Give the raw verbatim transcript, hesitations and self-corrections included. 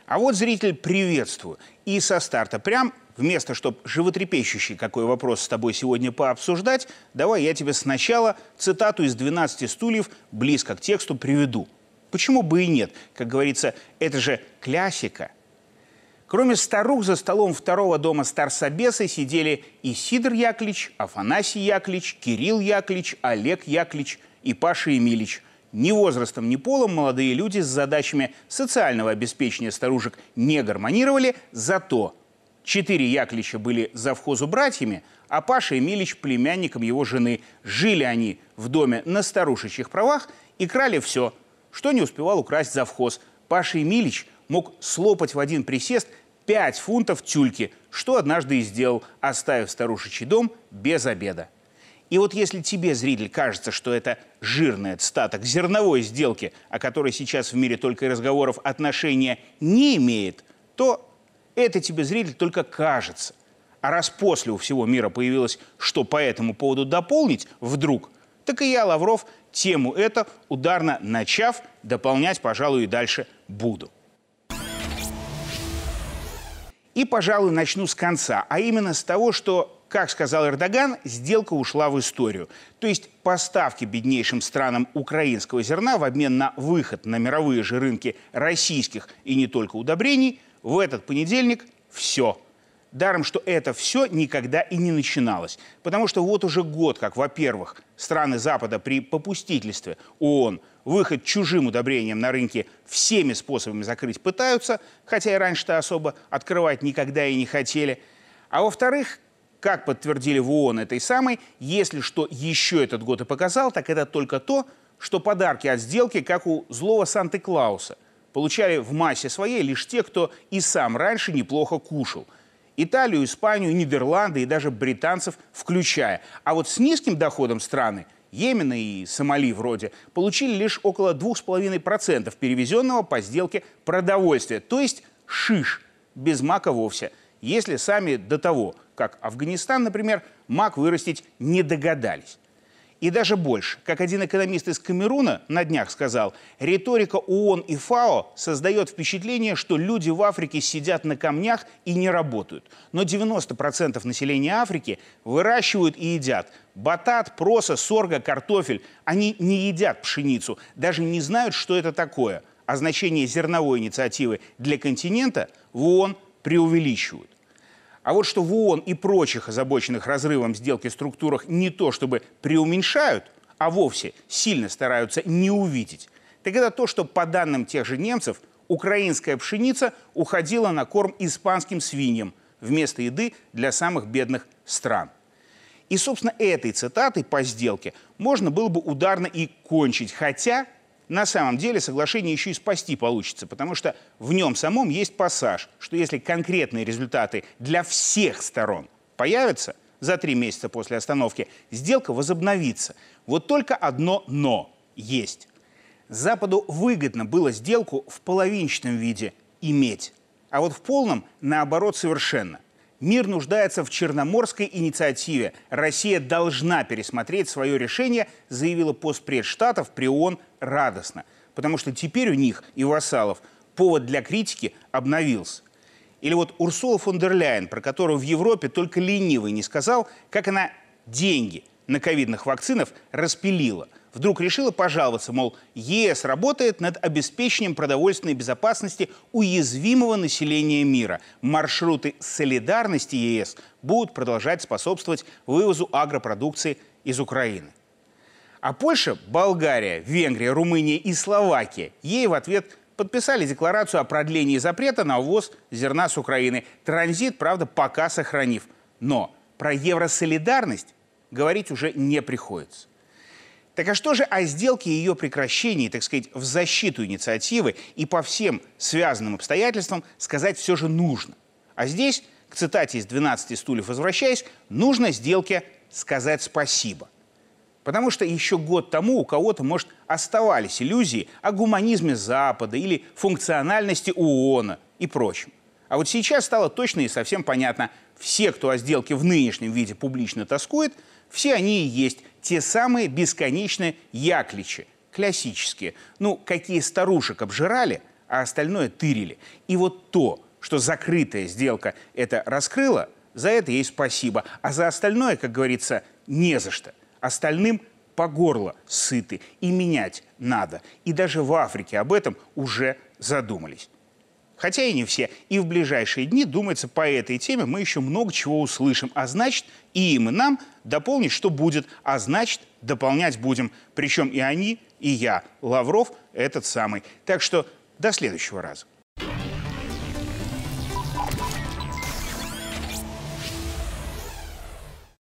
А вот, зритель, приветствую. И со старта прям, вместо чтобы животрепещущий какой вопрос с тобой сегодня пообсуждать, давай я тебе сначала цитату из «двенадцати стульев» близко к тексту приведу. Почему бы и нет? Как говорится, это же классика. Кроме старух, за столом второго дома старсобеса сидели и Сидор Яковлевич, Афанасий Яковлевич, Кирилл Яковлевич, Олег Яковлевич и Паша Емельич. Ни возрастом, ни полом молодые люди с задачами социального обеспечения старушек не гармонировали, зато четыре Яковлевича были завхозу братьями, а Паша Емельич племянником его жены. Жили они в доме на старушечьих правах и крали все, что не успевал украсть завхоз. Паша Емельич мог слопать в один присест пять фунтов тюльки, что однажды и сделал, оставив старушечий дом без обеда. И вот если тебе, зритель, кажется, что это жирная цитата к зерновой сделке, о которой сейчас в мире только и разговоров, отношения не имеет, то это тебе, зритель, только кажется. А раз после у всего мира появилось, что по этому поводу дополнить вдруг, так и я, Лавров, тему эту, ударно начав, дополнять, пожалуй, и дальше буду. И, пожалуй, начну с конца, а именно с того, что, как сказал Эрдоган, сделка ушла в историю. То есть поставки беднейшим странам украинского зерна в обмен на выход на мировые же рынки российских и не только удобрений в этот понедельник все. Даром, что это все никогда и не начиналось. Потому что вот уже год, как, во-первых, страны Запада при попустительстве ООН выход чужим удобрением на рынке всеми способами закрыть пытаются, хотя и раньше-то особо открывать никогда и не хотели. А во-вторых, как подтвердили в ООН этой самой, если что еще этот год и показал, так это только то, что подарки от сделки, как у злого Санты-Клауса, получали в массе своей лишь те, кто и сам раньше неплохо кушал. Италию, Испанию, Нидерланды и даже британцев включая. А вот с низким доходом страны, Йемена и Сомали вроде, получили лишь около двух с половиной процентов перевезенного по сделке продовольствия. То есть шиш, без мака вовсе. Если сами до того, как Афганистан, например, мак вырастить не догадались. И даже больше. Как один экономист из Камеруна на днях сказал, риторика ООН и ФАО создает впечатление, что люди в Африке сидят на камнях и не работают. Но девяносто процентов населения Африки выращивают и едят батат, проса, сорго, картофель. Они не едят пшеницу, даже не знают, что это такое. А значение зерновой инициативы для континента в ООН преувеличивают. А вот что в ООН и прочих озабоченных разрывом сделки структурах не то чтобы преуменьшают, а вовсе сильно стараются не увидеть, так это то, что по данным тех же немцев, украинская пшеница уходила на корм испанским свиньям вместо еды для самых бедных стран. И, собственно, этой цитатой по сделке можно было бы ударно и кончить, хотя на самом деле соглашение еще и спасти получится, потому что в нем самом есть пассаж, что если конкретные результаты для всех сторон появятся за три месяца после остановки, сделка возобновится. Вот только одно «но» есть. Западу выгодно было сделку в половинчатом виде иметь, а вот в полном, наоборот, совершенно. Мир нуждается в черноморской инициативе. Россия должна пересмотреть свое решение, заявила постпред Штатов при ООН радостно. Потому что теперь у них и вассалов повод для критики обновился. Или вот Урсула фон дер Ляйен, про которую в Европе только ленивый не сказал, как она деньги на ковидных вакцинах распилила. Вдруг решила пожаловаться, мол, ЕС работает над обеспечением продовольственной безопасности уязвимого населения мира. Маршруты солидарности ЕС будут продолжать способствовать вывозу агропродукции из Украины. А Польша, Болгария, Венгрия, Румыния и Словакия ей в ответ подписали декларацию о продлении запрета на ввоз зерна с Украины. Транзит, правда, пока сохранив. Но про евросолидарность говорить уже не приходится. Так а что же о сделке и ее прекращении, так сказать, в защиту инициативы и по всем связанным обстоятельствам сказать все же нужно? А здесь, к цитате из «двенадцати стульев» возвращаясь, нужно сделке сказать спасибо. Потому что еще год тому у кого-то, может, оставались иллюзии о гуманизме Запада или функциональности ООН и прочем. А вот сейчас стало точно и совсем понятно, все, кто о сделке в нынешнем виде публично тоскует, все они и есть те самые бесконечные якличи, классические. Ну, какие старушек обжирали, а остальное тырили. И вот то, что закрытая сделка это раскрыла, за это ей спасибо. А за остальное, как говорится, не за что. Остальным по горло сыты. И менять надо. И даже в Африке об этом уже задумались. Хотя и не все. И в ближайшие дни, думается, по этой теме мы еще много чего услышим. А значит, и им, и нам дополнить, что будет. А значит, дополнять будем. Причем и они, и я, Лавров, этот самый. Так что до следующего раза.